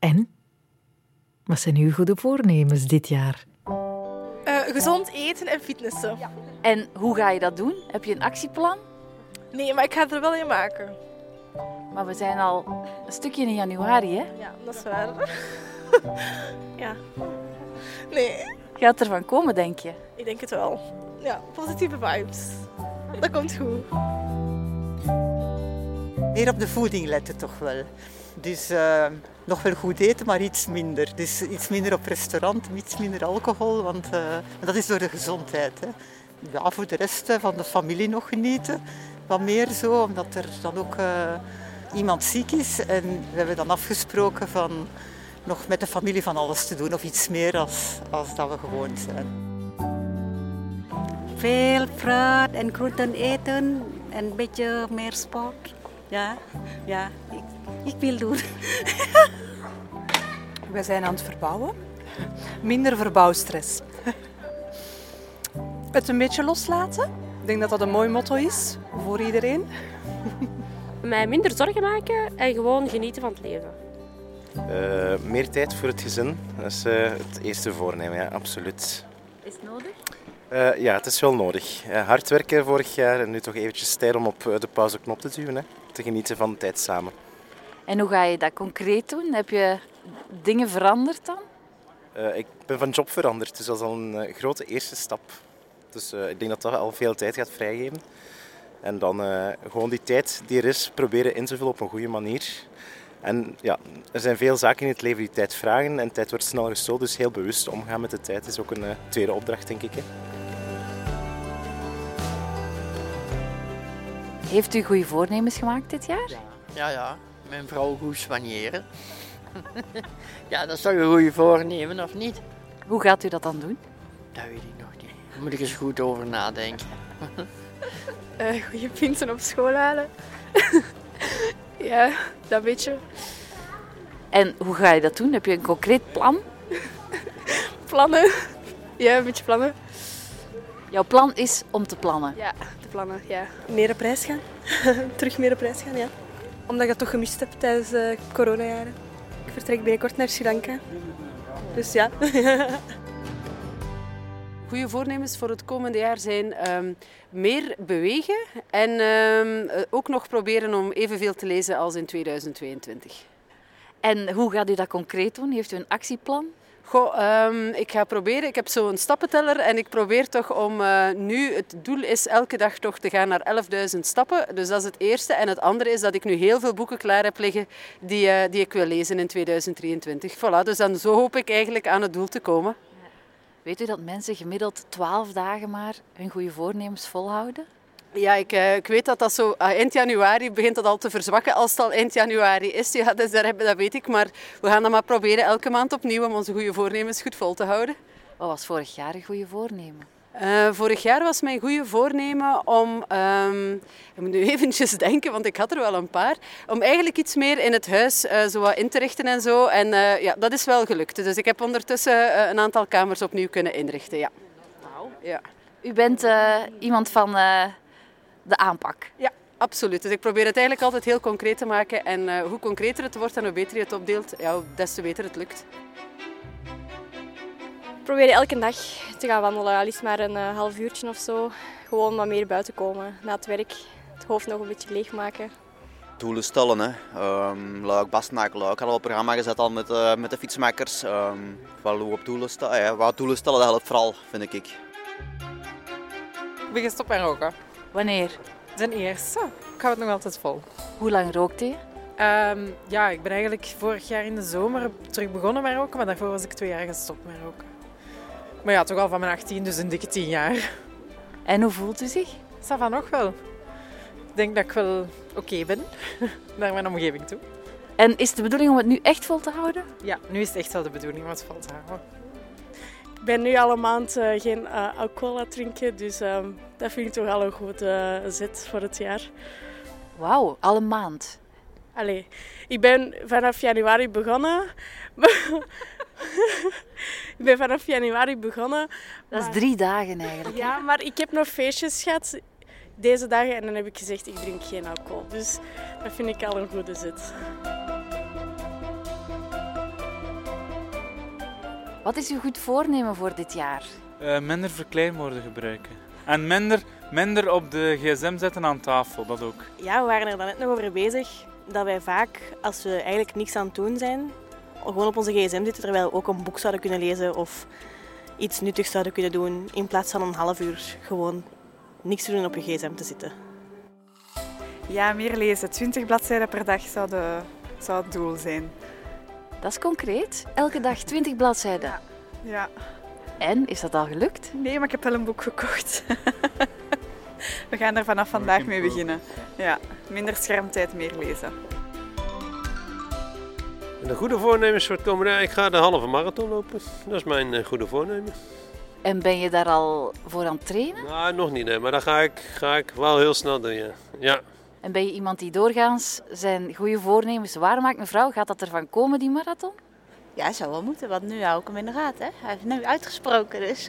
En? Wat zijn uw goede voornemens dit jaar? Gezond eten en fitnessen. Ja. En hoe ga je dat doen? Heb je een actieplan? Nee, maar ik ga het er wel in maken. Maar we zijn al een stukje in januari, hè? Ja, dat is waar. Ja. Nee. Gaat het ervan komen, denk je? Ik denk het wel. Ja, positieve vibes. Dat komt goed. Meer op de voeding letten toch wel. Dus nog wel goed eten, maar iets minder. Dus iets minder op restaurant, iets minder alcohol, want dat is door de gezondheid. Hè. Ja, voor de rest van de familie nog genieten. Wat meer zo, omdat er dan ook iemand ziek is. En we hebben dan afgesproken van nog met de familie van alles te doen. Of iets meer als dat we gewoon zijn. Veel fruit en groenten eten en een beetje meer sport. Ja, ik wil doen. Wij zijn aan het verbouwen. Minder verbouwstress. Het een beetje loslaten. Ik denk dat dat een mooi motto is voor iedereen. Mij minder zorgen maken en gewoon genieten van het leven. Meer tijd voor het gezin. Dat is het eerste voornemen, ja, absoluut. Is het nodig? Ja, het is wel nodig. Hard werken vorig jaar en nu toch eventjes tijd om op de pauzeknop te duwen. Hè. Te genieten van de tijd samen. En hoe ga je dat concreet doen? Heb je dingen veranderd dan? Ik ben van job veranderd, dus dat is al een grote eerste stap. Dus ik denk dat dat al veel tijd gaat vrijgeven. En dan gewoon die tijd die er is proberen in te vullen op een goede manier. En ja, er zijn veel zaken in het leven die tijd vragen en tijd wordt snel gestolen. Dus heel bewust omgaan met de tijd is ook een tweede opdracht, denk ik. Hè. Heeft u goede voornemens gemaakt dit jaar? Ja. Mijn vrouw goed soigneren. Ja, dat is toch een goede voornemen, of niet? Hoe gaat u dat dan doen? Dat weet ik nog niet. Daar moet ik eens goed over nadenken. Goede punten op school halen. Ja, dat weet je. En hoe ga je dat doen? Heb je een concreet plan? Plannen. Ja, een beetje plannen. Jouw plan is om te plannen? Ja, te plannen, ja. Meer op reis gaan. Terug meer op reis gaan, ja. Omdat ik dat toch gemist heb tijdens de coronajaren. Ik vertrek binnenkort naar Sri Lanka. Dus ja. Goede voornemens voor het komende jaar zijn meer bewegen en ook nog proberen om evenveel te lezen als in 2022. En hoe gaat u dat concreet doen? Heeft u een actieplan? Ik ga proberen, ik heb zo'n stappenteller en ik probeer toch om nu, het doel is elke dag toch te gaan naar 11.000 stappen. Dus dat is het eerste. En het andere is dat ik nu heel veel boeken klaar heb liggen die ik wil lezen in 2023. Voilà, dus dan zo hoop ik eigenlijk aan het doel te komen. Weet u dat mensen gemiddeld 12 dagen maar hun goede voornemens volhouden? Ja, ik weet dat dat zo eind januari begint dat al te verzwakken als het al eind januari is. Ja, dus dat weet ik, maar we gaan dan maar proberen elke maand opnieuw om onze goede voornemens goed vol te houden. Wat was vorig jaar een goede voornemen? Vorig jaar was mijn goede voornemen om, ik moet nu eventjes denken, want ik had er wel een paar, om eigenlijk iets meer in het huis zo wat in te richten en zo. En ja, dat is wel gelukt. Dus ik heb ondertussen een aantal kamers opnieuw kunnen inrichten, ja. Wauw. Ja. U bent iemand van de aanpak? Ja, absoluut. Dus ik probeer het eigenlijk altijd heel concreet te maken. En hoe concreter het wordt en hoe beter je het opdeelt, ja, des te beter het lukt. Ik probeer elke dag te gaan wandelen, al is maar een half uurtje of zo. Gewoon wat meer buiten komen na het werk. Het hoofd nog een beetje leegmaken. Doelen stellen, hè. Luik, Bastenaken, Luik. Ik had al een programma gezet al met de fietsmakers. Wel hoe op doelen stellen. Ja, wat doelen stellen, dat helpt vooral, vind ik. Ik ben gestopt met roken. Wanneer? Ten eerste. Ik hou het nog altijd vol. Hoe lang rookte je? Ja, ik ben eigenlijk vorig jaar in de zomer terug begonnen met roken, maar daarvoor was ik 2 jaar gestopt met roken. Maar ja, toch al van mijn 18, dus een dikke 10 jaar. En hoe voelt u zich? Ça va nog wel. Ik denk dat ik wel oké ben naar mijn omgeving toe. En is het de bedoeling om het nu echt vol te houden? Ja, nu is het echt wel de bedoeling om het vol te houden. Ik ben nu al een maand geen alcohol aan het drinken, dus dat vind ik toch al een goede zet voor het jaar. Wauw, al een maand? Allee, ik ben vanaf januari begonnen. Dat is 3 dagen eigenlijk. Ja, maar ik heb nog feestjes gehad deze dagen en dan heb ik gezegd ik drink geen alcohol. Dus dat vind ik al een goede zet. Wat is uw goed voornemen voor dit jaar? Minder verkleinwoorden gebruiken. En minder op de gsm zetten aan tafel, dat ook. Ja, we waren er dan net nog over bezig dat wij vaak, als we eigenlijk niks aan het doen zijn, gewoon op onze gsm zitten, terwijl we ook een boek zouden kunnen lezen of iets nuttigs zouden kunnen doen, in plaats van een half uur gewoon niks te doen op je gsm te zitten. Ja, meer lezen. 20 bladzijden per dag zou het doel zijn. Dat is concreet. Elke dag 20 bladzijden. Ja. En, is dat al gelukt? Nee, maar ik heb wel een boek gekocht. We gaan er vanaf vandaag mee beginnen. Ja, minder schermtijd, meer lezen. De goede voornemens voor het komende jaar, ik ga de halve marathon lopen. Dat is mijn goede voornemen. En ben je daar al voor aan het trainen? Nou, nog niet, nee, maar dat ga ik wel heel snel doen, ja. Ja. En ben je iemand die doorgaans zijn goede voornemens waarmaakt? Mevrouw, gaat dat ervan komen, die marathon? Ja, zou wel moeten, want nu hou ik hem in de gaten. Hè? Hij heeft nu uitgesproken, dus...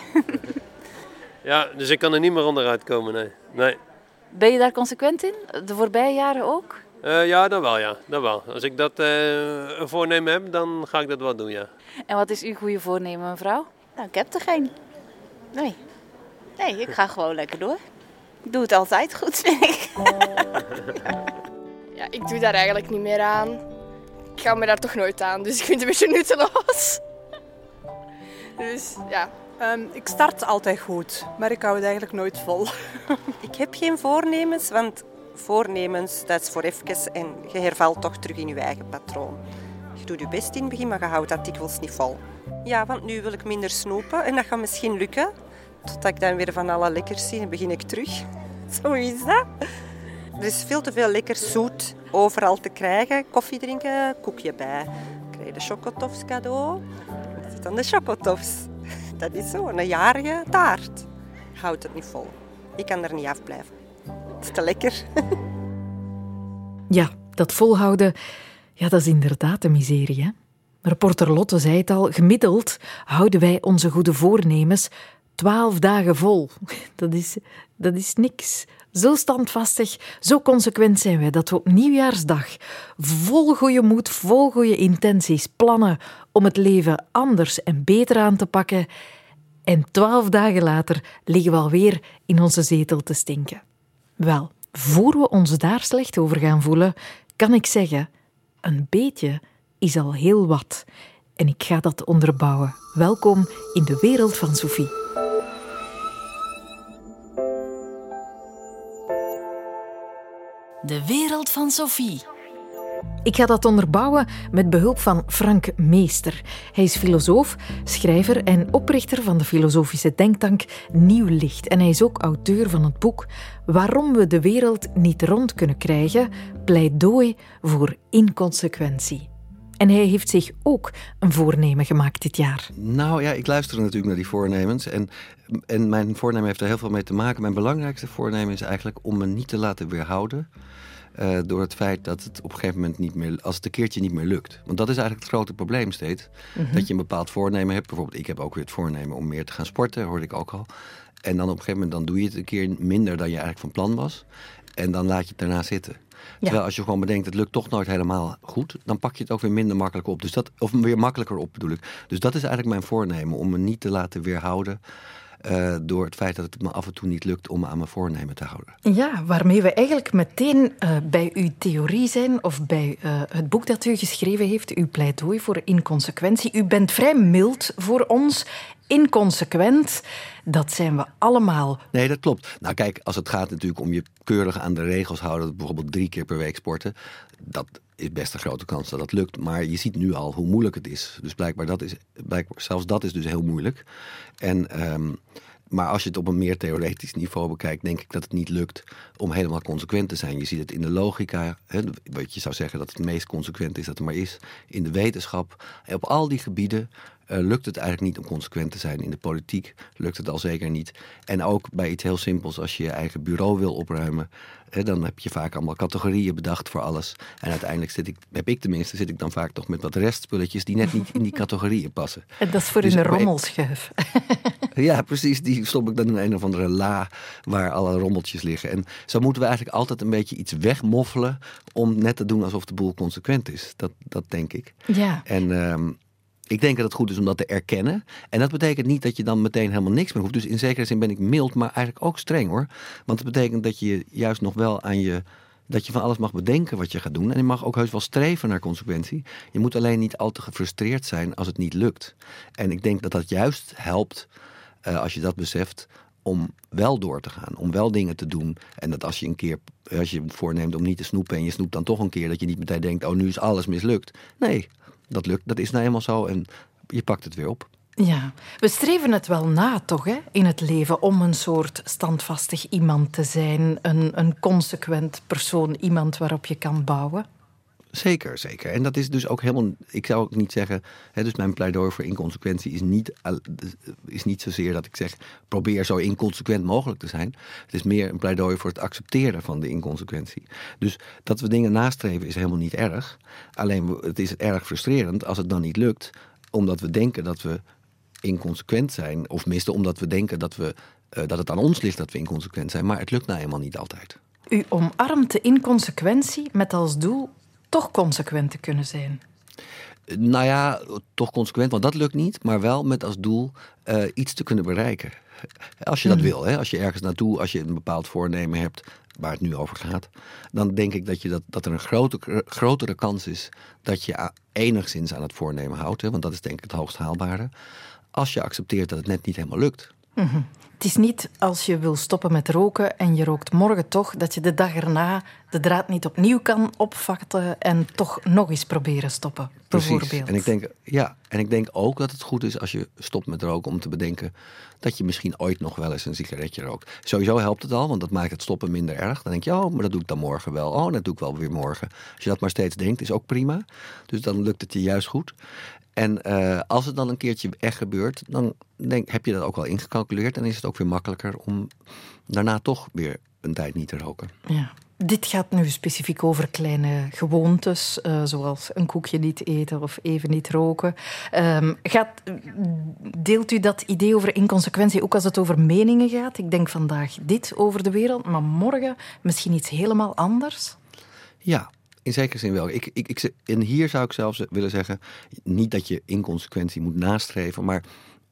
Ja, dus ik kan er niet meer onderuit komen, nee. Ben je daar consequent in? De voorbije jaren ook? Ja, dat wel. Als ik dat een voornemen heb, dan ga ik dat wel doen, ja. En wat is uw goede voornemen, mevrouw? Nou, ik heb er geen. Nee, ik ga gewoon lekker door. Ik doe het altijd goed, vind ik. Ja, ik doe daar eigenlijk niet meer aan. Ik ga me daar toch nooit aan, dus ik vind het een beetje nutteloos. Dus ja, ik start altijd goed, maar ik hou het eigenlijk nooit vol. Ik heb geen voornemens, want voornemens, dat is voor even en je hervalt toch terug in je eigen patroon. Je doet je best in het begin, maar je houdt dat dikwijls niet vol. Ja, want nu wil ik minder snoepen en dat gaat misschien lukken. Totdat ik dan weer van alle lekkers zie en begin ik terug. Zo is dat. Er is veel te veel lekker zoet overal te krijgen. Koffie drinken, koekje bij. Dan krijg je de chocotofs cadeau. Dat is dan de chocotofs. Dat is zo, een jarige taart. Houdt het niet vol. Ik kan er niet afblijven. Het is te lekker. Ja, dat volhouden, ja, dat is inderdaad een miserie, hè? Reporter Lotte zei het al, gemiddeld houden wij onze goede voornemens 12 dagen vol. Dat is niks. Zo standvastig, zo consequent zijn wij dat we op Nieuwjaarsdag vol goede moed, vol goede intenties plannen om het leven anders en beter aan te pakken. En 12 dagen later liggen we alweer in onze zetel te stinken. Wel, voor we ons daar slecht over gaan voelen, kan ik zeggen, een beetje is al heel wat. En ik ga dat onderbouwen. Welkom in de wereld van Sophie. De wereld van Sophie. Ik ga dat onderbouwen met behulp van Frank Meester. Hij is filosoof, schrijver en oprichter van de filosofische denktank Nieuw Licht. En hij is ook auteur van het boek Waarom we de wereld niet rond kunnen krijgen, pleidooi voor inconsequentie. En hij heeft zich ook een voornemen gemaakt dit jaar. Nou ja, ik luister natuurlijk naar die voornemens. En mijn voornemen heeft er heel veel mee te maken. Mijn belangrijkste voornemen is eigenlijk om me niet te laten weerhouden door het feit dat het op een gegeven moment niet meer, als het een keertje niet meer lukt. Want dat is eigenlijk het grote probleem steeds. Mm-hmm. Dat je een bepaald voornemen hebt. Bijvoorbeeld, ik heb ook weer het voornemen om meer te gaan sporten, hoorde ik ook al. En dan op een gegeven moment dan doe je het een keer minder dan je eigenlijk van plan was. En dan laat je het daarna zitten. Ja. Terwijl als je gewoon bedenkt, het lukt toch nooit helemaal goed, dan pak je het ook weer minder makkelijk op. Dus of weer makkelijker op bedoel ik. Dus dat is eigenlijk mijn voornemen, om me niet te laten weerhouden door het feit dat het me af en toe niet lukt om me aan mijn voornemen te houden. Ja, waarmee we eigenlijk meteen bij uw theorie zijn, of bij het boek dat u geschreven heeft, uw pleidooi voor inconsequentie. U bent vrij mild voor ons. Inconsequent, dat zijn we allemaal. Nee, dat klopt. Nou kijk, als het gaat natuurlijk om je keurig aan de regels houden, bijvoorbeeld 3 keer per week sporten, dat is best een grote kans dat dat lukt. Maar je ziet nu al hoe moeilijk het is. Dus blijkbaar zelfs dat is dus heel moeilijk. Maar als je het op een meer theoretisch niveau bekijkt, denk ik dat het niet lukt om helemaal consequent te zijn. Je ziet het in de logica, wat je zou zeggen dat het meest consequent is dat er maar is. In de wetenschap. En op al die gebieden lukt het eigenlijk niet om consequent te zijn. In de politiek lukt het al zeker niet. En ook bij iets heel simpels, als je je eigen bureau wil opruimen, dan heb je vaak allemaal categorieën bedacht voor alles. En uiteindelijk zit ik dan vaak toch met wat restspulletjes die net niet in die categorieën passen. En dat is voor dus een rommelschuf. Ja, precies. Die stop ik dan in een of andere la waar alle rommeltjes liggen. En zo moeten we eigenlijk altijd een beetje iets wegmoffelen om net te doen alsof de boel consequent is. Dat denk ik. Ja. Ik denk dat het goed is om dat te erkennen. En dat betekent niet dat je dan meteen helemaal niks meer hoeft. Dus in zekere zin ben ik mild, maar eigenlijk ook streng hoor. Want het betekent dat je juist nog wel dat je van alles mag bedenken wat je gaat doen. En je mag ook heus wel streven naar consequentie. Je moet alleen niet al te gefrustreerd zijn als het niet lukt. En ik denk dat dat juist helpt, als je dat beseft, om wel door te gaan. Om wel dingen te doen. En dat als je voorneemt om niet te snoepen en je snoept dan toch een keer, dat je niet meteen denkt, oh, nu is alles mislukt. Nee, dat lukt. Dat is nou eenmaal zo en je pakt het weer op. Ja, we streven het wel na, toch, hè, in het leven, om een soort standvastig iemand te zijn, een consequent persoon, iemand waarop je kan bouwen. Zeker, zeker. En dat is dus ook helemaal, ik zou ook niet zeggen, dus mijn pleidooi voor inconsequentie is niet zozeer dat ik zeg, probeer zo inconsequent mogelijk te zijn. Het is meer een pleidooi voor het accepteren van de inconsequentie. Dus dat we dingen nastreven is helemaal niet erg. Alleen het is erg frustrerend als het dan niet lukt, omdat we denken dat we inconsequent zijn, of minstens omdat we denken dat het aan ons ligt dat we inconsequent zijn, maar het lukt nou eenmaal niet altijd. U omarmt de inconsequentie met als doel toch consequent te kunnen zijn. Nou ja, toch consequent, want dat lukt niet, maar wel met als doel iets te kunnen bereiken. Als je dat wil, als je ergens naartoe, als je een bepaald voornemen hebt waar het nu over gaat, dan denk ik dat er een grotere kans is dat je enigszins aan het voornemen houdt, want dat is denk ik het hoogst haalbare, als je accepteert dat het net niet helemaal lukt. Mm-hmm. Het is niet als je wil stoppen met roken en je rookt morgen toch, dat je de dag erna de draad niet opnieuw kan opvatten en toch nog eens proberen stoppen, bijvoorbeeld. Precies. En ik denk ook dat het goed is als je stopt met roken om te bedenken dat je misschien ooit nog wel eens een sigaretje rookt. Sowieso helpt het al, want dat maakt het stoppen minder erg. Dan denk je, oh, maar dat doe ik dan morgen wel. Oh, dat doe ik wel weer morgen. Als je dat maar steeds denkt, is ook prima. Dus dan lukt het je juist goed. En als het dan een keertje echt gebeurt, dan heb je dat ook wel ingecalculeerd en is het ook weer makkelijker om daarna toch weer een tijd niet te roken. Ja. Dit gaat nu specifiek over kleine gewoontes, zoals een koekje niet eten of even niet roken. Deelt u dat idee over inconsequentie ook als het over meningen gaat? Ik denk vandaag dit over de wereld, maar morgen misschien iets helemaal anders? Ja. In zekere zin wel. En hier zou ik zelfs willen zeggen, niet dat je inconsequentie moet nastreven, maar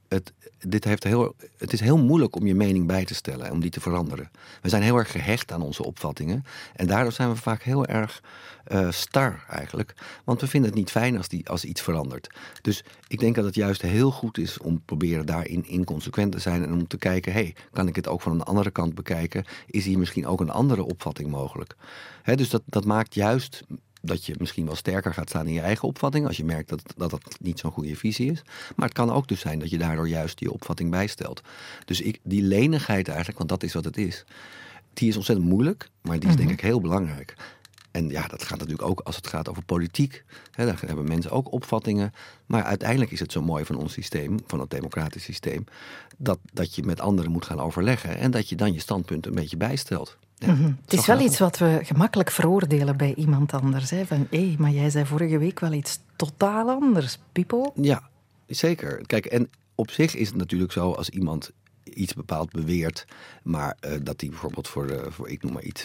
het is heel moeilijk om je mening bij te stellen en om die te veranderen. We zijn heel erg gehecht aan onze opvattingen en daardoor zijn we vaak heel erg star eigenlijk. Want we vinden het niet fijn als iets verandert. Dus ik denk dat het juist heel goed is om proberen daarin inconsequent te zijn en om te kijken, kan ik het ook van een andere kant bekijken? Is hier misschien ook een andere opvatting mogelijk? Dus dat maakt juist dat je misschien wel sterker gaat staan in je eigen opvatting, als je merkt dat niet zo'n goede visie is. Maar het kan ook dus zijn dat je daardoor juist je opvatting bijstelt. Dus die lenigheid eigenlijk, want dat is wat het is, die is ontzettend moeilijk, maar die is denk ik heel belangrijk. En ja, dat gaat natuurlijk ook als het gaat over politiek. Daar hebben mensen ook opvattingen. Maar uiteindelijk is het zo mooi van ons systeem, van het democratisch systeem, dat je met anderen moet gaan overleggen en dat je dan je standpunt een beetje bijstelt. Ja, het is wel iets wat we gemakkelijk veroordelen bij iemand anders. Van, maar jij zei vorige week wel iets totaal anders, Pipo. Ja, zeker. Kijk, en op zich is het natuurlijk zo als iemand iets bepaald beweert, maar dat hij bijvoorbeeld voor ik noem maar iets,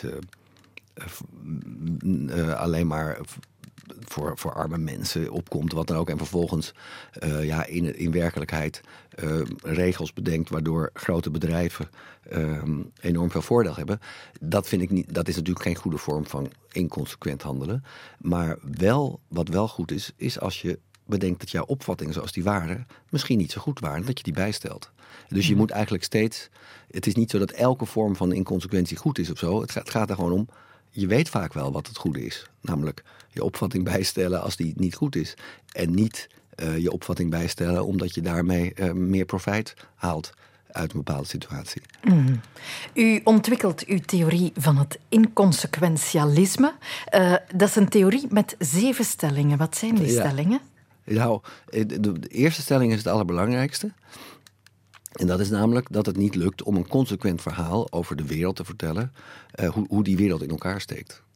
alleen maar voor arme mensen opkomt, wat dan ook. En vervolgens in werkelijkheid regels bedenkt waardoor grote bedrijven enorm veel voordeel hebben. Dat vind ik niet. Dat is natuurlijk geen goede vorm van inconsequent handelen. Maar wat wel goed is als je bedenkt dat jouw opvattingen zoals die waren misschien niet zo goed waren, dat je die bijstelt. Dus je moet eigenlijk steeds. Het is niet zo dat elke vorm van inconsequentie goed is of zo. Het gaat er gewoon om. Je weet vaak wel wat het goede is. Namelijk je opvatting bijstellen als die niet goed is. En niet je opvatting bijstellen omdat je daarmee meer profijt haalt uit een bepaalde situatie. Mm. U ontwikkelt uw theorie van het inconsequentialisme. Dat is een theorie met 7 stellingen. Wat zijn die stellingen? Nou, de eerste stelling is het allerbelangrijkste. En dat is namelijk dat het niet lukt om een consequent verhaal over de wereld te vertellen, hoe die wereld in elkaar steekt.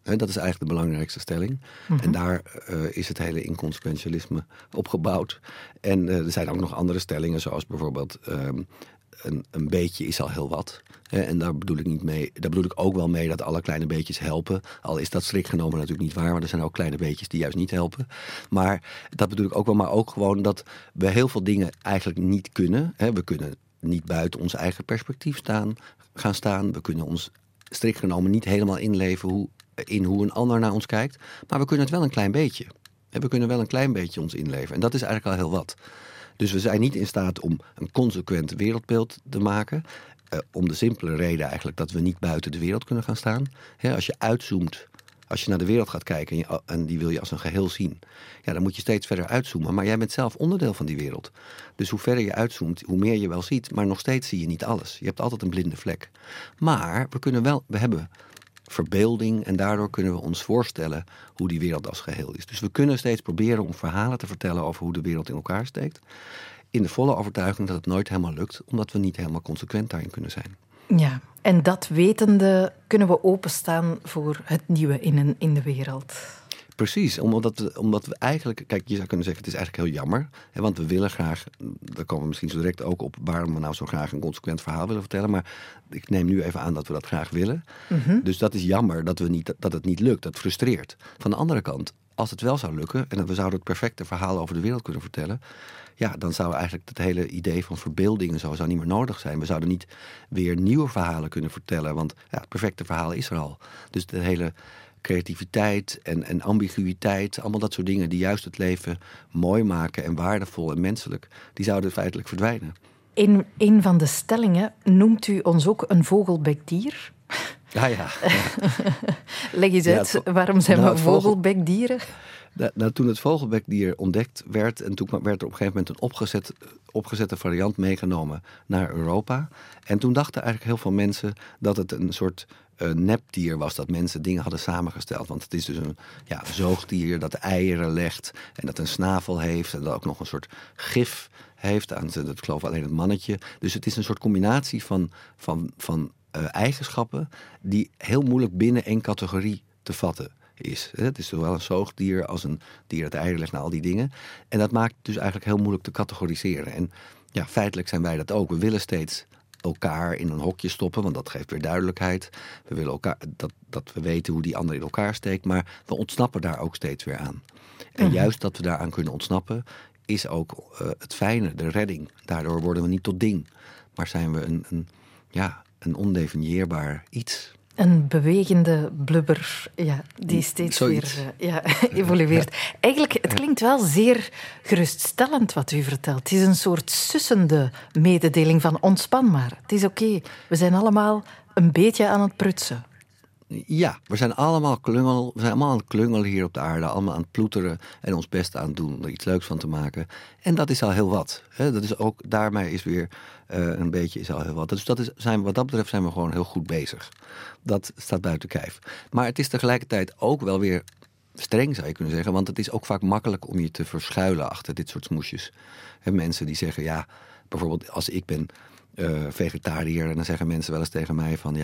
Dat is eigenlijk de belangrijkste stelling. Mhm. En daar is het hele inconsequentialisme op gebouwd. En er zijn ook nog andere stellingen, zoals bijvoorbeeld een beetje is al heel wat. En daar bedoel ik ook wel mee dat alle kleine beetjes helpen. Al is dat strikt genomen natuurlijk niet waar, want er zijn ook kleine beetjes die juist niet helpen. Maar dat bedoel ik ook wel, maar ook gewoon dat we heel veel dingen eigenlijk niet kunnen. We kunnen niet buiten ons eigen perspectief gaan staan. We kunnen ons strikt genomen niet helemaal inleven in hoe een ander naar ons kijkt. Maar we kunnen het wel een klein beetje. We kunnen wel een klein beetje ons inleven. En dat is eigenlijk al heel wat. Dus we zijn niet in staat om een consequent wereldbeeld te maken. Om de simpele reden eigenlijk dat we niet buiten de wereld kunnen gaan staan. Als je uitzoomt, als je naar de wereld gaat kijken en die wil je als een geheel zien. Ja, dan moet je steeds verder uitzoomen. Maar jij bent zelf onderdeel van die wereld. Dus hoe verder je uitzoomt, hoe meer je wel ziet. Maar nog steeds zie je niet alles. Je hebt altijd een blinde vlek. Maar we hebben verbeelding en daardoor kunnen we ons voorstellen hoe die wereld als geheel is. Dus we kunnen steeds proberen om verhalen te vertellen over hoe de wereld in elkaar steekt. In de volle overtuiging dat het nooit helemaal lukt, omdat we niet helemaal consequent daarin kunnen zijn. Ja, en dat wetende kunnen we openstaan voor het nieuwe in de wereld. Precies, omdat we eigenlijk... Kijk, je zou kunnen zeggen, het is eigenlijk heel jammer. Want we willen graag, daar komen we misschien zo direct ook op, waarom we nou zo graag een consequent verhaal willen vertellen. Maar ik neem nu even aan dat we dat graag willen. Mm-hmm. Dus dat is jammer dat het niet lukt. Dat frustreert. Van de andere kant, als het wel zou lukken en we zouden het perfecte verhaal over de wereld kunnen vertellen, ja, dan zou eigenlijk het hele idee van verbeelding en zo zou niet meer nodig zijn. We zouden niet weer nieuwe verhalen kunnen vertellen, want ja, het perfecte verhaal is er al. Dus de hele creativiteit en ambiguïteit, allemaal dat soort dingen die juist het leven mooi maken en waardevol en menselijk, die zouden feitelijk verdwijnen. In een van de stellingen noemt u ons ook een vogelbekdier. Ja. Leg eens uit, waarom zijn we vogelbekdieren? Toen het vogelbekdier ontdekt werd en toen werd er op een gegeven moment een opgezette variant meegenomen naar Europa. En toen dachten eigenlijk heel veel mensen dat het een soort nepdier was, dat mensen dingen hadden samengesteld. Want het is dus een zoogdier dat eieren legt en dat een snavel heeft en dat ook nog een soort gif heeft aan ik geloof alleen het mannetje. Dus het is een soort combinatie van eigenschappen die heel moeilijk binnen één categorie te vatten is. Het is zowel een zoogdier als een dier dat eieren legt, al die dingen. En dat maakt het dus eigenlijk heel moeilijk te categoriseren. En ja, feitelijk zijn wij dat ook. We willen steeds elkaar in een hokje stoppen, want dat geeft weer duidelijkheid. We willen elkaar dat we weten hoe die ander in elkaar steekt, maar we ontsnappen daar ook steeds weer aan. En juist dat we daaraan kunnen ontsnappen, is ook het fijne, de redding. Daardoor worden we niet tot ding, maar zijn we een ondefinieerbaar iets. Een bewegende blubber, die steeds weer evolueert. Ja. Eigenlijk, het klinkt wel zeer geruststellend wat u vertelt. Het is een soort sussende mededeling van ontspan maar. Het is oké. We zijn allemaal een beetje aan het prutsen. Ja, we zijn allemaal aan het klungelen hier op de aarde. Allemaal aan het ploeteren en ons best aan het doen om er iets leuks van te maken. En dat is al heel wat. Dat is ook, daarmee is weer een beetje is al heel wat. Dus wat dat betreft zijn we gewoon heel goed bezig. Dat staat buiten kijf. Maar het is tegelijkertijd ook wel weer streng, zou je kunnen zeggen. Want het is ook vaak makkelijk om je te verschuilen achter dit soort smoesjes. Mensen die zeggen, bijvoorbeeld als ik ben vegetariër, en dan zeggen mensen wel eens tegen mij van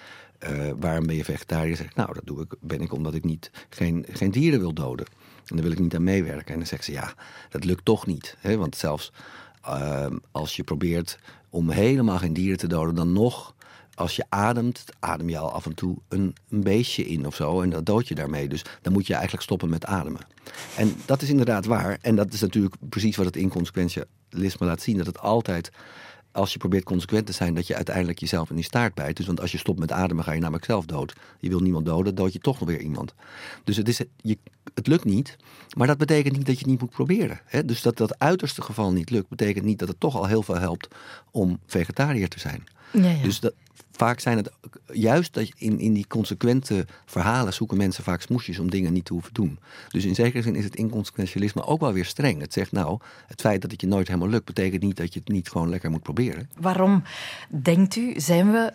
waarom ben je vegetariër? Dan zeg ik, ben ik omdat ik geen dieren wil doden. En daar wil ik niet aan meewerken. En dan zeggen ze, dat lukt toch niet. Want zelfs als je probeert om helemaal geen dieren te doden, dan nog, als je ademt, adem je al af en toe een beestje in of zo. En dat dood je daarmee. Dus dan moet je eigenlijk stoppen met ademen. En dat is inderdaad waar. En dat is natuurlijk precies wat het inconsequentialisme laat zien. Dat het altijd, als je probeert consequent te zijn, dat je uiteindelijk jezelf in die staart bijt. Dus want als je stopt met ademen, ga je namelijk zelf dood. Je wil niemand doden, dood je toch nog weer iemand. Dus het lukt niet, maar dat betekent niet dat je het niet moet proberen. Dus dat uiterste geval niet lukt, betekent niet dat het toch al heel veel helpt om vegetariër te zijn. Ja. Dus vaak zijn het juist dat in die consequente verhalen zoeken mensen vaak smoesjes om dingen niet te hoeven doen. Dus in zekere zin is het inconsequentialisme ook wel weer streng. Het zegt het feit dat het je nooit helemaal lukt, betekent niet dat je het niet gewoon lekker moet proberen. Waarom denkt u, zijn we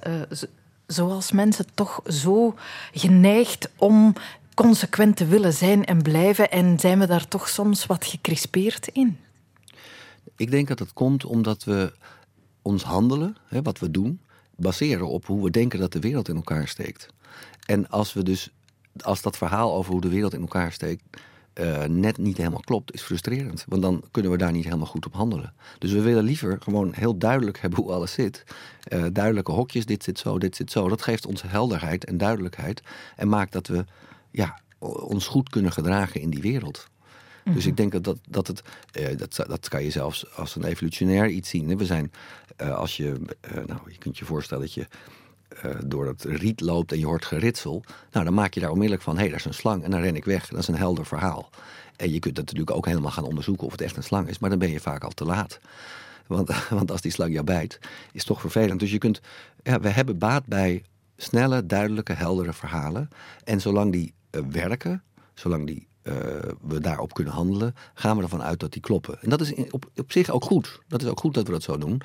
zoals mensen toch zo geneigd om consequent te willen zijn en blijven, en zijn we daar toch soms wat gecrispeerd in? Ik denk dat het komt omdat we ons handelen, wat we doen, baseren op hoe we denken dat de wereld in elkaar steekt. En als we dus als dat verhaal over hoe de wereld in elkaar steekt net niet helemaal klopt, is frustrerend. Want dan kunnen we daar niet helemaal goed op handelen. Dus we willen liever gewoon heel duidelijk hebben hoe alles zit. Duidelijke hokjes, dit zit zo, dit zit zo. Dat geeft ons helderheid en duidelijkheid. En maakt dat we ons goed kunnen gedragen in die wereld. Mm-hmm. Dus ik denk dat kan je zelfs als een evolutionair iets zien. Hè? We zijn, je kunt je voorstellen dat je door het riet loopt en je hoort geritsel. Nou, dan maak je daar onmiddellijk van, daar is een slang en dan ren ik weg. Dat is een helder verhaal. En je kunt dat natuurlijk ook helemaal gaan onderzoeken of het echt een slang is. Maar dan ben je vaak al te laat. Want als die slang jou bijt, is het toch vervelend. Dus we hebben baat bij snelle, duidelijke, heldere verhalen. En zolang die werken, zolang we daarop kunnen handelen, gaan we ervan uit dat die kloppen. En dat is op zich ook goed. Dat is ook goed dat we dat zo doen.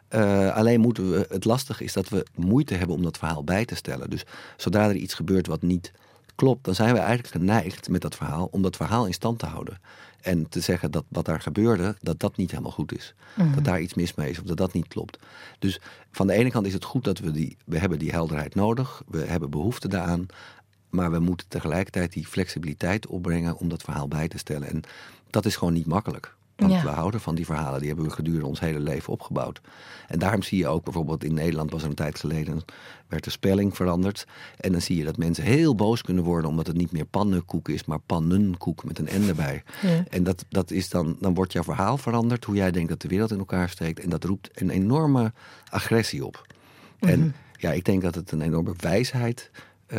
Alleen het lastige is dat we moeite hebben om dat verhaal bij te stellen. Dus zodra er iets gebeurt wat niet klopt, dan zijn we eigenlijk geneigd met dat verhaal om dat verhaal in stand te houden. En te zeggen dat wat daar gebeurde, dat niet helemaal goed is. Mm-hmm. Dat daar iets mis mee is of dat niet klopt. Dus van de ene kant is het goed dat we hebben die helderheid nodig. We hebben behoefte daaraan. Maar we moeten tegelijkertijd die flexibiliteit opbrengen om dat verhaal bij te stellen. En dat is gewoon niet makkelijk. Want we houden van die verhalen, die hebben we gedurende ons hele leven opgebouwd. En daarom zie je ook bijvoorbeeld in Nederland, was er een tijd geleden, werd de spelling veranderd. En dan zie je dat mensen heel boos kunnen worden omdat het niet meer pannenkoek is, maar pannenkoek met een N erbij. Ja. En dat is dan wordt jouw verhaal veranderd, hoe jij denkt dat de wereld in elkaar steekt. En dat roept een enorme agressie op. Mm-hmm. En ik denk dat het een enorme wijsheid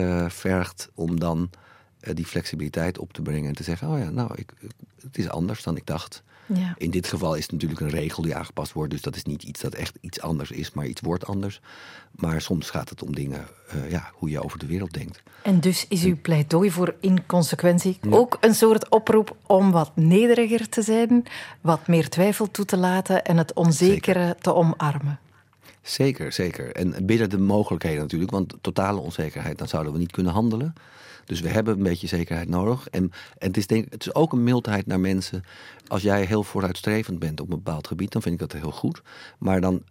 vergt om dan die flexibiliteit op te brengen en te zeggen, het is anders dan ik dacht. Ja. In dit geval is het natuurlijk een regel die aangepast wordt, dus dat is niet iets dat echt iets anders is, maar iets wordt anders. Maar soms gaat het om dingen, hoe je over de wereld denkt. En dus is uw pleidooi voor inconsequentie ook een soort oproep om wat nederiger te zijn, wat meer twijfel toe te laten en het onzekere te omarmen? Zeker, zeker. En binnen de mogelijkheden natuurlijk, want totale onzekerheid, dan zouden we niet kunnen handelen. Dus we hebben een beetje zekerheid nodig. En het is ook een mildheid naar mensen. Als jij heel vooruitstrevend bent op een bepaald gebied, dan vind ik dat heel goed. Maar dan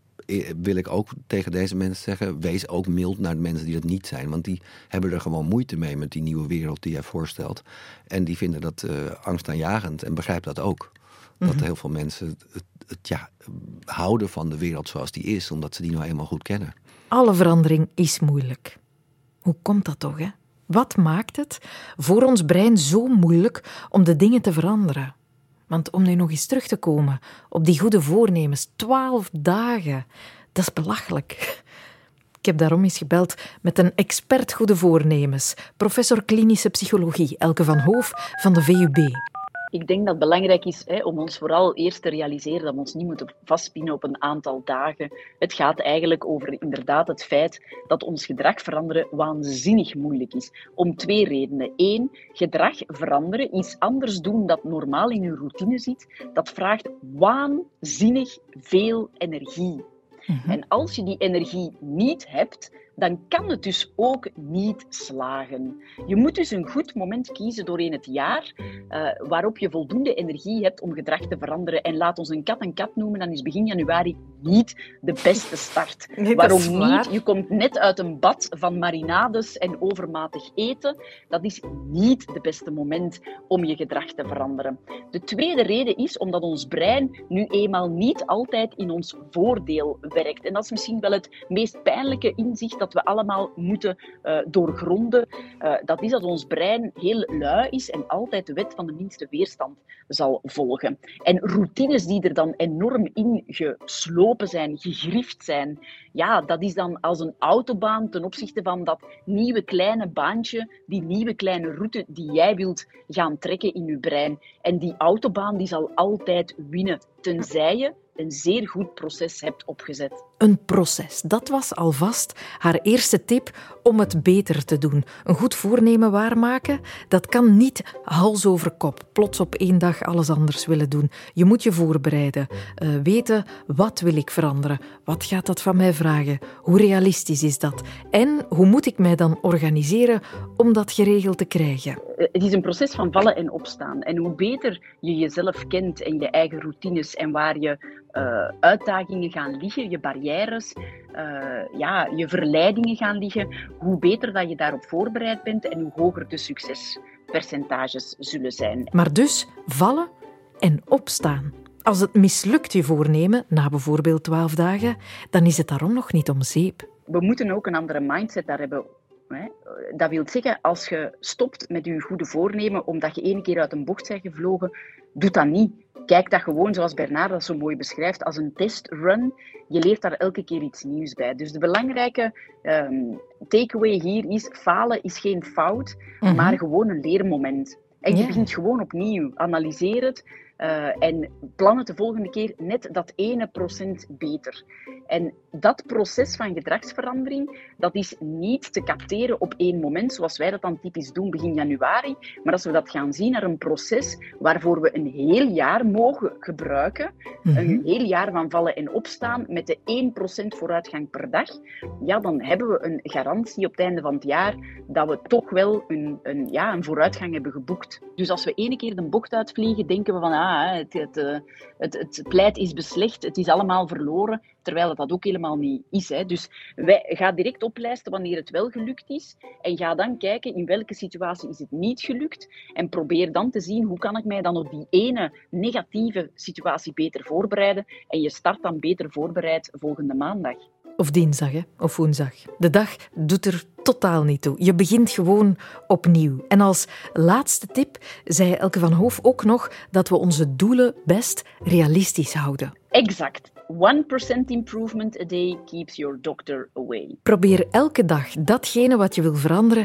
wil ik ook tegen deze mensen zeggen, wees ook mild naar de mensen die dat niet zijn. Want die hebben er gewoon moeite mee met die nieuwe wereld die jij voorstelt. En die vinden dat angstaanjagend en begrijp dat ook. Dat heel veel mensen het houden van de wereld zoals die is, omdat ze die nou eenmaal goed kennen. Alle verandering is moeilijk. Hoe komt dat toch, hè? Wat maakt het voor ons brein zo moeilijk om de dingen te veranderen? Want om nu nog eens terug te komen op die goede voornemens, 12 dagen, dat is belachelijk. Ik heb daarom eens gebeld met een expert goede voornemens, professor klinische psychologie Elke van Hoof van de VUB. Ik denk dat het belangrijk is om ons vooral eerst te realiseren dat we ons niet moeten vastpinnen op een aantal dagen. Het gaat eigenlijk over inderdaad het feit dat ons gedrag veranderen waanzinnig moeilijk is. Om 2 redenen. 1, gedrag veranderen, iets anders doen dat normaal in uw routine zit, dat vraagt waanzinnig veel energie. Mm-hmm. En als je die energie niet hebt, dan kan het dus ook niet slagen. Je moet dus een goed moment kiezen doorheen het jaar waarop je voldoende energie hebt om gedrag te veranderen. En laat ons een kat noemen, dan is begin januari niet de beste start. Nee, waarom niet? Je komt net uit een bad van marinades en overmatig eten. Dat is niet het beste moment om je gedrag te veranderen. De tweede reden is omdat ons brein nu eenmaal niet altijd in ons voordeel werkt. En dat is misschien wel het meest pijnlijke inzicht dat we allemaal moeten doorgronden. Dat is dat ons brein heel lui is en altijd de wet van de minste weerstand zal volgen. En routines die er dan enorm in geslopen zijn, gegrift zijn, dat is dan als een autobaan ten opzichte van dat nieuwe kleine baantje, die nieuwe kleine route die jij wilt gaan trekken in je brein. En die autobaan die zal altijd winnen, tenzij je een zeer goed proces hebt opgezet. Een proces, dat was alvast haar eerste tip om het beter te doen. Een goed voornemen waarmaken, dat kan niet hals over kop, plots op 1 dag alles anders willen doen. Je moet je voorbereiden, weten wat wil ik veranderen, wat gaat dat van mij vragen, hoe realistisch is dat en hoe moet ik mij dan organiseren om dat geregeld te krijgen. Het is een proces van vallen en opstaan. En hoe beter je jezelf kent en je eigen routines en waar je uitdagingen gaan liggen, je barrières barrières, je verleidingen gaan liggen, hoe beter dat je daarop voorbereid bent en hoe hoger de succespercentages zullen zijn. Maar dus vallen en opstaan. Als het mislukt je voornemen, na bijvoorbeeld 12 dagen, dan is het daarom nog niet om zeep. We moeten ook een andere mindset daar hebben. Dat wil zeggen, als je stopt met je goede voornemen omdat je 1 keer uit een bocht bent gevlogen, doe dat niet. Kijk dat gewoon, zoals Bernard dat zo mooi beschrijft, als een testrun. Je leert daar elke keer iets nieuws bij. Dus de belangrijke takeaway hier is, falen is geen fout, maar gewoon een leermoment. En je begint gewoon opnieuw. Analyseer het en plan het de volgende keer net dat 1% beter. En dat proces van gedragsverandering, dat is niet te capteren op 1 moment, zoals wij dat dan typisch doen begin januari. Maar als we dat gaan zien naar een proces waarvoor we een heel jaar mogen gebruiken, een heel jaar van vallen en opstaan met de 1% vooruitgang per dag, ja, dan hebben we een garantie op het einde van het jaar dat we toch wel een vooruitgang hebben geboekt. Dus als we 1 keer de bocht uitvliegen, denken we van het pleit is beslecht, het is allemaal verloren, terwijl dat ook helemaal niet is. Hè. Dus ga direct oplijsten wanneer het wel gelukt is en ga dan kijken in welke situatie is het niet gelukt en probeer dan te zien hoe kan ik mij dan op die ene negatieve situatie beter voorbereiden en je start dan beter voorbereid volgende maandag. Of dinsdag, hè? Of woensdag. De dag doet er totaal niet toe. Je begint gewoon opnieuw. En als laatste tip zei Elke van Hoof ook nog dat we onze doelen best realistisch houden. Exact. 1% improvement a day keeps your doctor away. Probeer elke dag datgene wat je wil veranderen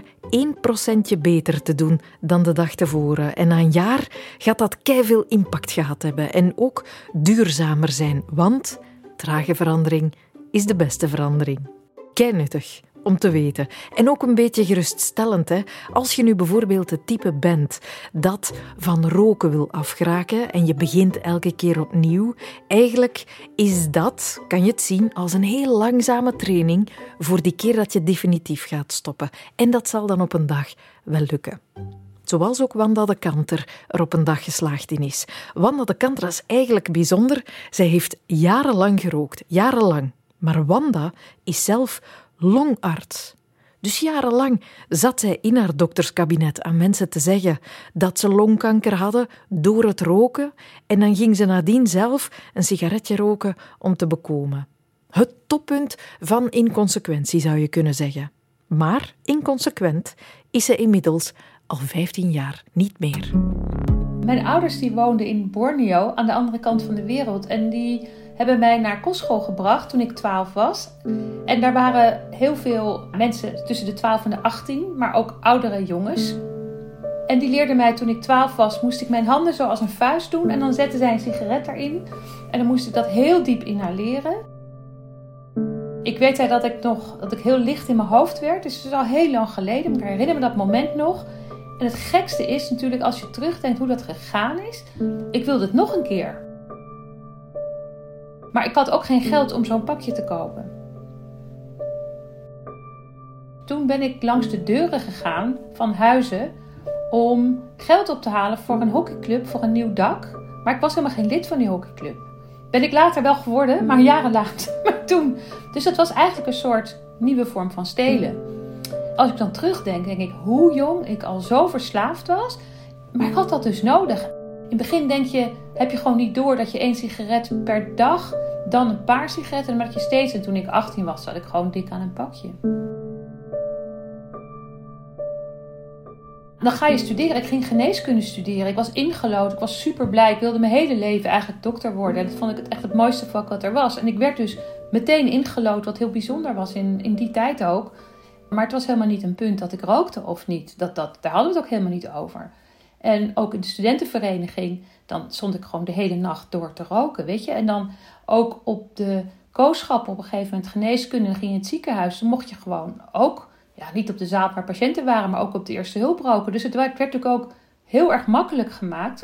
1% beter te doen dan de dag tevoren. En na een jaar gaat dat keiveel impact gehad hebben. En ook duurzamer zijn. Want trage verandering is de beste verandering. Kei-nuttig om te weten. En ook een beetje geruststellend, hè? Als je nu bijvoorbeeld het type bent dat van roken wil afgeraken en je begint elke keer opnieuw, eigenlijk is dat, kan je het zien, als een heel langzame training voor die keer dat je definitief gaat stoppen. En dat zal dan op een dag wel lukken. Zoals ook Wanda de Kanter er op een dag geslaagd in is. Wanda de Kanter is eigenlijk bijzonder. Zij heeft jarenlang gerookt. Jarenlang. Maar Wanda is zelf longarts. Dus jarenlang zat zij in haar dokterskabinet aan mensen te zeggen dat ze longkanker hadden door het roken en dan ging ze nadien zelf een sigaretje roken om te bekomen. Het toppunt van inconsequentie zou je kunnen zeggen. Maar inconsequent is ze inmiddels al 15 jaar niet meer. Mijn ouders die woonden in Borneo aan de andere kant van de wereld en die hebben mij naar kostschool gebracht toen ik 12 was. En daar waren heel veel mensen tussen de 12 en de 18, maar ook oudere jongens. En die leerden mij toen ik 12 was, moest ik mijn handen zo als een vuist doen en dan zetten zij een sigaret erin. En dan moest ik dat heel diep inhaleren. Ik weet dat ik heel licht in mijn hoofd werd, dus het is al heel lang geleden. Ik herinner me dat moment nog. En het gekste is natuurlijk als je terugdenkt hoe dat gegaan is. Ik wilde het nog een keer. Maar ik had ook geen geld om zo'n pakje te kopen. Toen ben ik langs de deuren gegaan van huizen om geld op te halen voor een hockeyclub, voor een nieuw dak. Maar ik was helemaal geen lid van die hockeyclub. Ben ik later wel geworden, maar jaren later. Maar toen. Dus dat was eigenlijk een soort nieuwe vorm van stelen. Als ik dan terugdenk, denk ik hoe jong ik al zo verslaafd was. Maar ik had dat dus nodig. In het begin heb je gewoon niet door dat je 1 sigaret per dag, dan een paar sigaretten. En dan had je steeds, en toen ik 18 was, zat ik gewoon dik aan een pakje. Dan ga je studeren. Ik ging geneeskunde studeren. Ik was ingelood. Ik was super blij. Ik wilde mijn hele leven eigenlijk dokter worden. En dat vond ik echt het mooiste vak wat er was. En ik werd dus meteen ingelood, wat heel bijzonder was in die tijd ook. Maar het was helemaal niet een punt dat ik rookte of niet. Daar hadden we het ook helemaal niet over. En ook in de studentenvereniging, dan stond ik gewoon de hele nacht door te roken, weet je. En dan ook op de kooschappen op een gegeven moment geneeskunde, dan ging je in het ziekenhuis. Dan mocht je gewoon ook, niet op de zaal waar patiënten waren, maar ook op de eerste hulp roken. Dus het werd natuurlijk ook heel erg makkelijk gemaakt.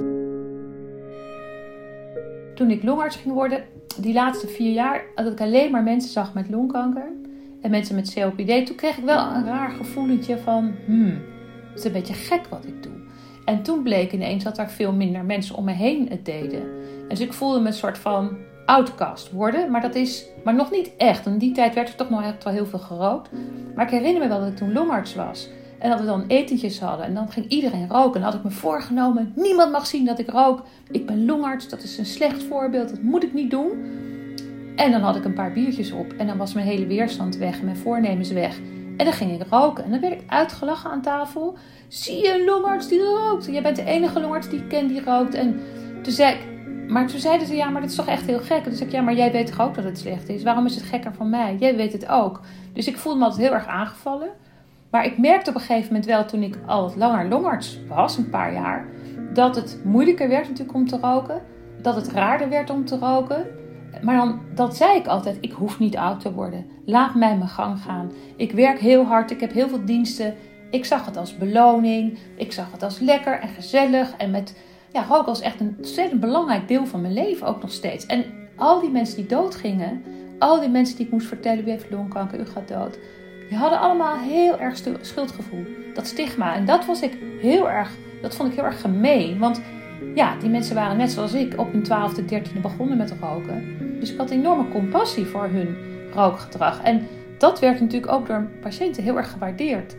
Toen ik longarts ging worden, die laatste 4 jaar, dat ik alleen maar mensen zag met longkanker en mensen met COPD, toen kreeg ik wel een raar gevoelentje van, het is een beetje gek wat ik doe. En toen bleek ineens dat er veel minder mensen om me heen het deden. En dus ik voelde me een soort van outcast worden. Maar nog niet echt. In die tijd werd er toch nog echt wel heel veel gerookt. Maar ik herinner me wel dat ik toen longarts was. En dat we dan etentjes hadden. En dan ging iedereen roken. En dan had ik me voorgenomen, niemand mag zien dat ik rook. Ik ben longarts, dat is een slecht voorbeeld. Dat moet ik niet doen. En dan had ik een paar biertjes op. En dan was mijn hele weerstand weg. En mijn voornemens weg. En dan ging ik roken. En dan werd ik uitgelachen aan tafel. Zie je een longarts die rookt? Jij bent de enige longarts die ik ken die rookt. En toen zei ik... Maar toen zeiden ze, ja, maar dat is toch echt heel gek. En toen zei ik, ja, maar jij weet toch ook dat het slecht is? Waarom is het gekker van mij? Jij weet het ook. Dus ik voelde me altijd heel erg aangevallen. Maar ik merkte op een gegeven moment wel, toen ik al wat langer longarts was, een paar jaar, dat het moeilijker werd natuurlijk om te roken. Dat het raarder werd om te roken. Maar dat zei ik altijd, ik hoef niet oud te worden. Laat mij mijn gang gaan. Ik werk heel hard, ik heb heel veel diensten. Ik zag het als beloning. Ik zag het als lekker en gezellig. En roken was echt een ontzettend belangrijk deel van mijn leven ook nog steeds. En al die mensen die doodgingen, al die mensen die ik moest vertellen, u heeft longkanker, u gaat dood. Die hadden allemaal heel erg schuldgevoel. Dat stigma. En dat vond ik heel erg gemeen. Want ja, die mensen waren net zoals ik op hun 12e, 13e begonnen met roken. Dus ik had enorme compassie voor hun rookgedrag. En dat werd natuurlijk ook door patiënten heel erg gewaardeerd.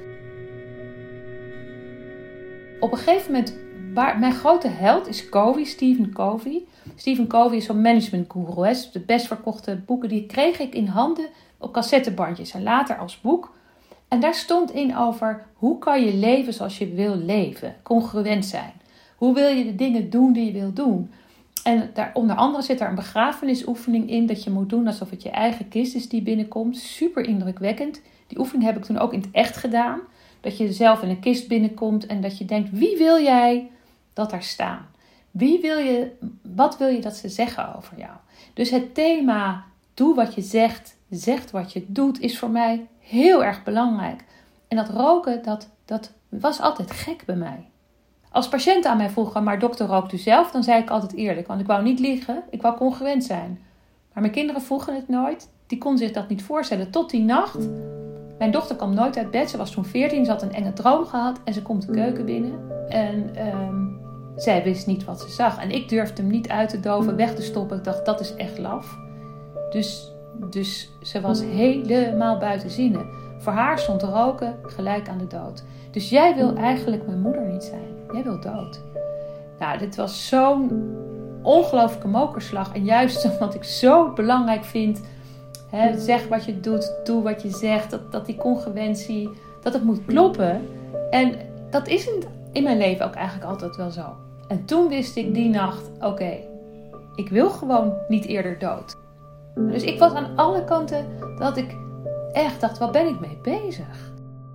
Op een gegeven moment, mijn grote held is Stephen Covey. Stephen Covey is zo'n managementguru. De best verkochte boeken die kreeg ik in handen op cassettebandjes en later als boek. En daar stond in over hoe kan je leven zoals je wil leven. Congruent zijn. Hoe wil je de dingen doen die je wil doen. En daar, onder andere zit daar een begrafenisoefening in. Dat je moet doen alsof het je eigen kist is die binnenkomt. Super indrukwekkend. Die oefening heb ik toen ook in het echt gedaan. Dat je zelf in een kist binnenkomt en dat je denkt, wie wil jij dat daar staan? Wat wil je dat ze zeggen over jou? Dus het thema, doe wat je zegt wat je doet, is voor mij heel erg belangrijk. En dat roken, dat was altijd gek bij mij. Als patiënten aan mij vroegen, maar dokter, rookt u zelf? Dan zei ik altijd eerlijk, want ik wou niet liegen, ik wou congruent zijn. Maar mijn kinderen vroegen het nooit, die konden zich dat niet voorstellen. Tot die nacht, mijn dochter kwam nooit uit bed, ze was toen 14, ze had een enge droom gehad en ze komt de keuken binnen. En zij wist niet wat ze zag. En ik durfde hem niet uit te doven, weg te stoppen. Ik dacht, dat is echt laf. Dus ze was helemaal buiten zinnen. Voor haar stond roken gelijk aan de dood. Dus jij wil eigenlijk mijn moeder niet zijn. Jij wil dood. Nou, dit was zo'n ongelooflijke mokerslag. En juist omdat ik zo belangrijk vind, zeg wat je doet, doe wat je zegt. Dat die congruentie, dat het moet kloppen. En dat is in mijn leven ook eigenlijk altijd wel zo. En toen wist ik die nacht, oké, ik wil gewoon niet eerder dood. Dus ik was aan alle kanten dat ik echt dacht, wat ben ik mee bezig?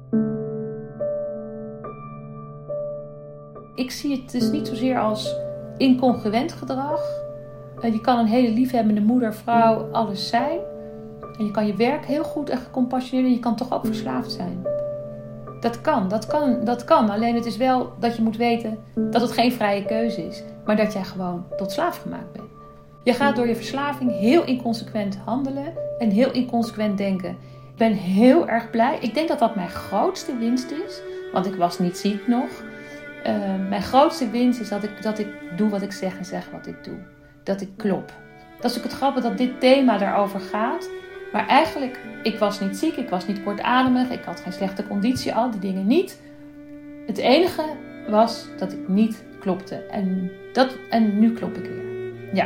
Ik zie het dus niet zozeer als incongruent gedrag. Je kan een hele liefhebbende moeder, vrouw, alles zijn. En je kan je werk heel goed en gecompassioneerd en je kan toch ook verslaafd zijn. Dat kan. Alleen het is wel dat je moet weten dat het geen vrije keuze is. Maar dat jij gewoon tot slaaf gemaakt bent. Je gaat door je verslaving heel inconsequent handelen en heel inconsequent denken. Ik ben heel erg blij. Ik denk dat dat mijn grootste winst is. Want ik was niet ziek nog. Mijn grootste winst is dat ik doe wat ik zeg en zeg wat ik doe. Dat ik klop. Dat is ook het grappige dat dit thema daarover gaat. Maar eigenlijk, ik was niet ziek, ik was niet kortademig, ik had geen slechte conditie, al die dingen niet. Het enige was dat ik niet klopte. En nu klop ik weer. Ja.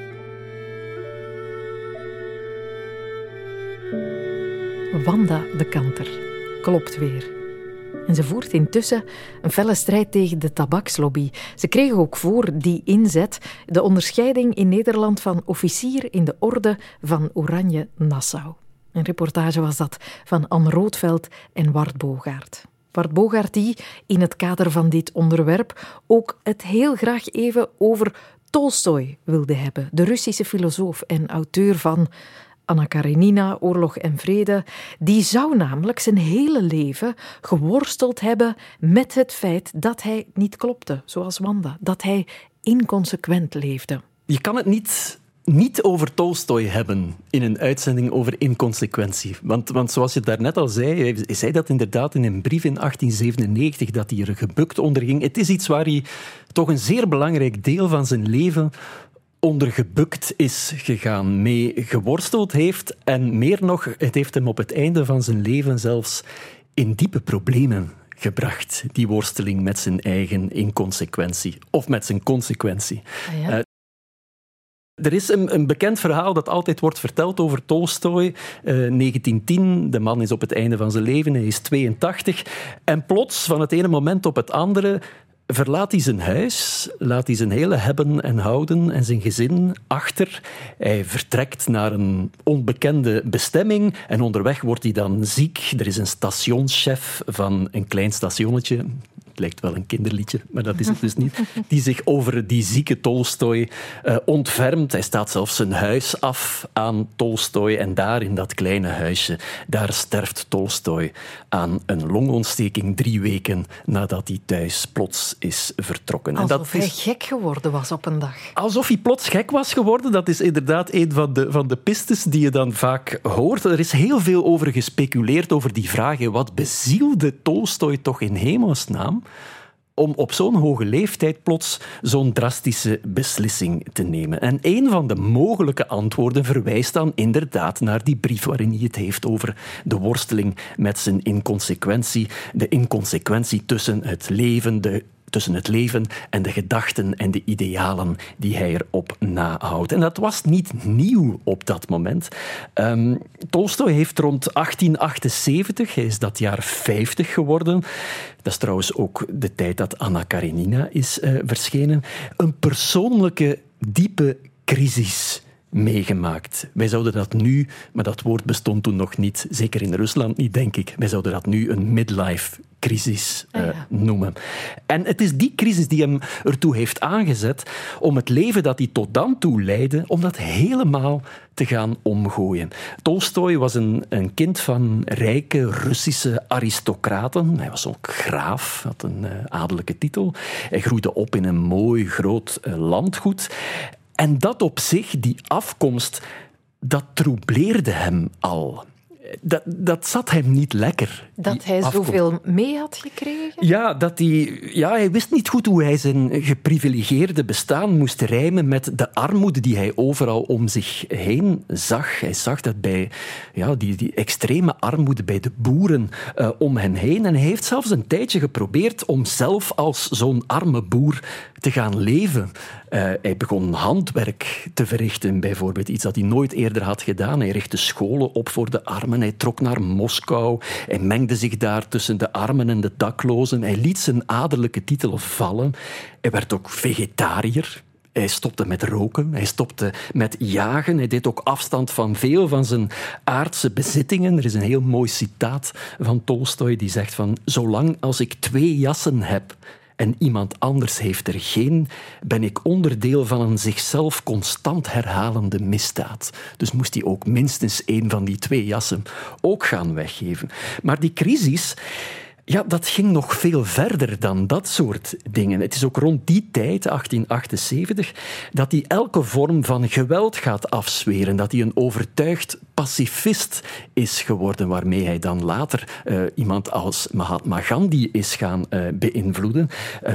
Wanda de Kanter klopt weer. En ze voert intussen een felle strijd tegen de tabakslobby. Ze kreeg ook voor die inzet de onderscheiding in Nederland van officier in de Orde van Oranje Nassau. Een reportage was dat van Anne Roodveld en Wart Bogaert. Wart Bogaert die in het kader van dit onderwerp ook het heel graag even over Tolstoj wilde hebben. De Russische filosoof en auteur van Anna Karenina, Oorlog en Vrede, die zou namelijk zijn hele leven geworsteld hebben met het feit dat hij niet klopte, zoals Wanda, dat hij inconsequent leefde. Je kan het niet over Tolstoj hebben in een uitzending over inconsequentie. Want zoals je daarnet al zei, hij zei dat inderdaad in een brief in 1897, dat hij er gebukt onder ging. Het is iets waar hij toch een zeer belangrijk deel van zijn leven onder gebukt is gegaan, mee geworsteld heeft en meer nog, het heeft hem op het einde van zijn leven zelfs in diepe problemen gebracht, die worsteling met zijn eigen inconsequentie of met zijn consequentie. Ah, ja. Er is een bekend verhaal dat altijd wordt verteld over Tolstoj. 1910, de man is op het einde van zijn leven, hij is 82. En plots, van het ene moment op het andere, verlaat hij zijn huis, laat hij zijn hele hebben en houden en zijn gezin achter. Hij vertrekt naar een onbekende bestemming en onderweg wordt hij dan ziek. Er is een stationschef van een klein stationnetje. Het lijkt wel een kinderliedje, maar dat is het dus niet. Die zich over die zieke Tolstoj ontfermt. Hij staat zelfs zijn huis af aan Tolstoj. En daar in dat kleine huisje, daar sterft Tolstoj aan een longontsteking 3 weken nadat hij thuis plots is vertrokken. Alsof hij gek geworden was op een dag. Alsof hij plots gek was geworden. Dat is inderdaad een van de pistes die je dan vaak hoort. Er is heel veel over gespeculeerd, over die vraag. Wat bezielde Tolstoj toch in hemelsnaam om op zo'n hoge leeftijd plots zo'n drastische beslissing te nemen? En een van de mogelijke antwoorden verwijst dan inderdaad naar die brief waarin hij het heeft over de worsteling met zijn inconsequentie. De inconsequentie tussen het leven en de gedachten en de idealen die hij erop nahoudt. En dat was niet nieuw op dat moment. Tolstoj heeft rond 1878, hij is dat jaar 50 geworden, dat is trouwens ook de tijd dat Anna Karenina is verschenen, een persoonlijke, diepe crisis meegemaakt. Wij zouden dat nu, maar dat woord bestond toen nog niet, zeker in Rusland niet, denk ik, wij zouden dat nu een midlife crisis noemen. En het is die crisis die hem ertoe heeft aangezet om het leven dat hij tot dan toe leidde, om dat helemaal te gaan omgooien. Tolstoj was een kind van rijke Russische aristocraten. Hij was ook graaf, had een adellijke titel. Hij groeide op in een mooi groot landgoed. En dat op zich, die afkomst, dat troubleerde hem al. Dat zat hem niet lekker. Dat hij zoveel mee had gekregen? Ja, hij wist niet goed hoe hij zijn geprivilegeerde bestaan moest rijmen met de armoede die hij overal om zich heen zag. Hij zag dat bij die extreme armoede bij de boeren om hen heen. En hij heeft zelfs een tijdje geprobeerd om zelf als zo'n arme boer te gaan leven. Hij begon handwerk te verrichten, bijvoorbeeld. Iets dat hij nooit eerder had gedaan. Hij richtte scholen op voor de armen. Hij trok naar Moskou. Hij mengde zich daar tussen de armen en de daklozen. Hij liet zijn adellijke titel vallen. Hij werd ook vegetariër. Hij stopte met roken, hij stopte met jagen. Hij deed ook afstand van veel van zijn aardse bezittingen. Er is een heel mooi citaat van Tolstoj die zegt van: zolang als ik 2 jassen heb en iemand anders heeft er geen, ben ik onderdeel van een zichzelf constant herhalende misdaad. Dus moest hij ook minstens 1 van die 2 jassen ook gaan weggeven. Maar die crisis, dat ging nog veel verder dan dat soort dingen. Het is ook rond die tijd, 1878, dat hij elke vorm van geweld gaat afzweren. Dat hij een overtuigd pacifist is geworden, waarmee hij dan later iemand als Mahatma Gandhi is gaan beïnvloeden.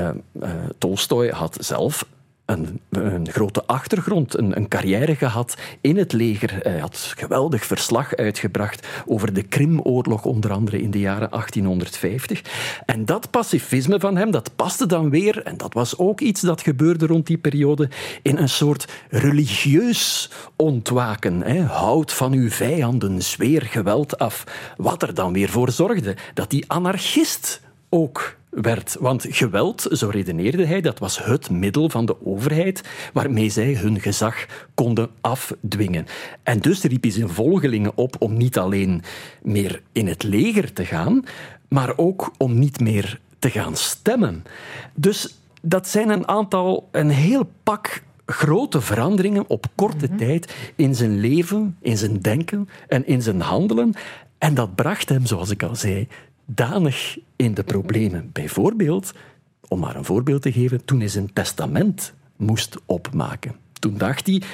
Tolstoj had zelf een grote achtergrond, een carrière gehad in het leger. Hij had geweldig verslag uitgebracht over de Krimoorlog, onder andere in de jaren 1850. En dat pacifisme van hem, dat paste dan weer, en dat was ook iets dat gebeurde rond die periode, in een soort religieus ontwaken. Houd van uw vijanden, zweer geweld af. Wat er dan weer voor zorgde dat die anarchist ook werd. Want geweld, zo redeneerde hij, dat was het middel van de overheid waarmee zij hun gezag konden afdwingen. En dus riep hij zijn volgelingen op om niet alleen meer in het leger te gaan, maar ook om niet meer te gaan stemmen. Dus dat zijn een heel pak grote veranderingen op korte tijd in zijn leven, in zijn denken en in zijn handelen. En dat bracht hem, zoals ik al zei, danig in de problemen. Bijvoorbeeld, om maar een voorbeeld te geven, toen hij zijn testament moest opmaken. Toen dacht hij,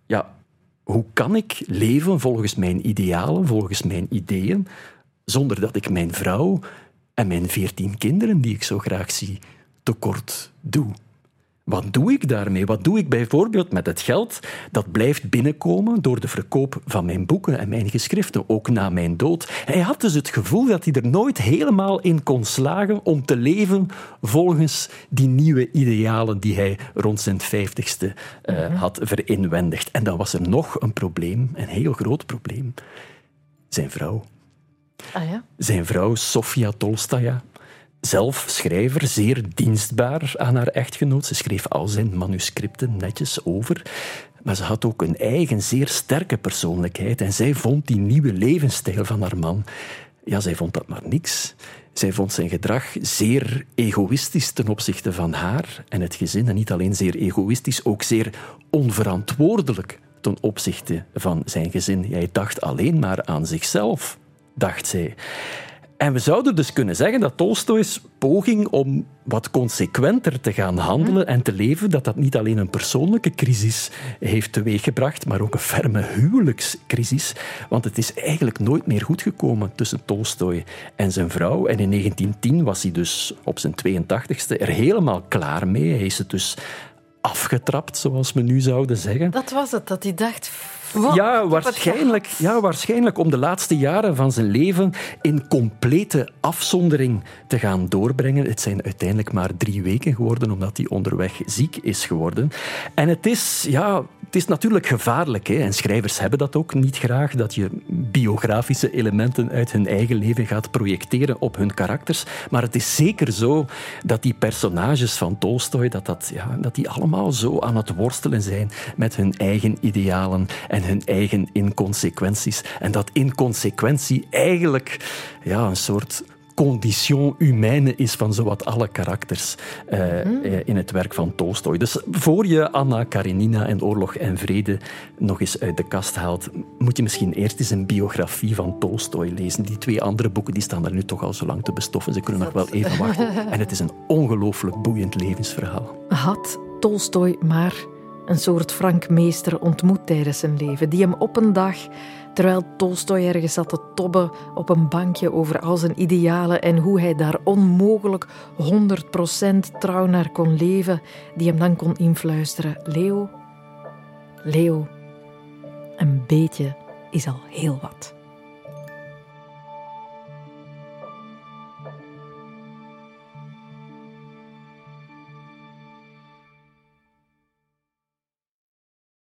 hoe kan ik leven volgens mijn idealen, volgens mijn ideeën, zonder dat ik mijn vrouw en mijn 14 kinderen, die ik zo graag zie, tekort doe? Wat doe ik daarmee? Wat doe ik bijvoorbeeld met het geld dat blijft binnenkomen door de verkoop van mijn boeken en mijn geschriften, ook na mijn dood? Hij had dus het gevoel dat hij er nooit helemaal in kon slagen om te leven volgens die nieuwe idealen die hij rond zijn 50ste had verinwendigd. En dan was er nog een probleem, een heel groot probleem. Zijn vrouw. Ah ja? Zijn vrouw, Sofia Tolstaja. Zelf schrijver, zeer dienstbaar aan haar echtgenoot. Ze schreef al zijn manuscripten netjes over. Maar ze had ook een eigen, zeer sterke persoonlijkheid. En zij vond die nieuwe levensstijl van haar man... Ja, zij vond dat maar niks. Zij vond zijn gedrag zeer egoïstisch ten opzichte van haar en het gezin. En niet alleen zeer egoïstisch, ook zeer onverantwoordelijk ten opzichte van zijn gezin. Hij dacht alleen maar aan zichzelf, dacht zij. En we zouden dus kunnen zeggen dat Tolstoys poging om wat consequenter te gaan handelen en te leven, dat niet alleen een persoonlijke crisis heeft teweeggebracht, maar ook een ferme huwelijkscrisis. Want het is eigenlijk nooit meer goed gekomen tussen Tolstoy en zijn vrouw. En in 1910 was hij dus op zijn 82e er helemaal klaar mee. Hij is het dus afgetrapt, zoals we nu zouden zeggen. Dat was het, dat hij dacht... Ja, waarschijnlijk om de laatste jaren van zijn leven in complete afzondering te gaan doorbrengen. Het zijn uiteindelijk maar 3 weken geworden, omdat hij onderweg ziek is geworden. En het is natuurlijk gevaarlijk, hè? En schrijvers hebben dat ook niet graag, dat je biografische elementen uit hun eigen leven gaat projecteren op hun karakters. Maar het is zeker zo dat die personages van Tolstoy, dat die allemaal zo aan het worstelen zijn met hun eigen idealen en hun eigen inconsequenties. En dat inconsequentie eigenlijk een soort condition humaine is van zowat alle karakters in het werk van Tolstoy. Dus voor je Anna Karenina en Oorlog en Vrede nog eens uit de kast haalt, moet je misschien eerst eens een biografie van Tolstoy lezen. Die 2 andere boeken die staan daar nu toch al zo lang te bestoffen. Ze kunnen nog wel even wachten. En het is een ongelooflijk boeiend levensverhaal. Had Tolstoy maar een soort Frank Meester ontmoet tijdens zijn leven, die hem op een dag, terwijl Tolstoy ergens zat te tobben op een bankje over al zijn idealen en hoe hij daar onmogelijk 100% trouw naar kon leven, die hem dan kon influisteren. Leo, een beetje is al heel wat.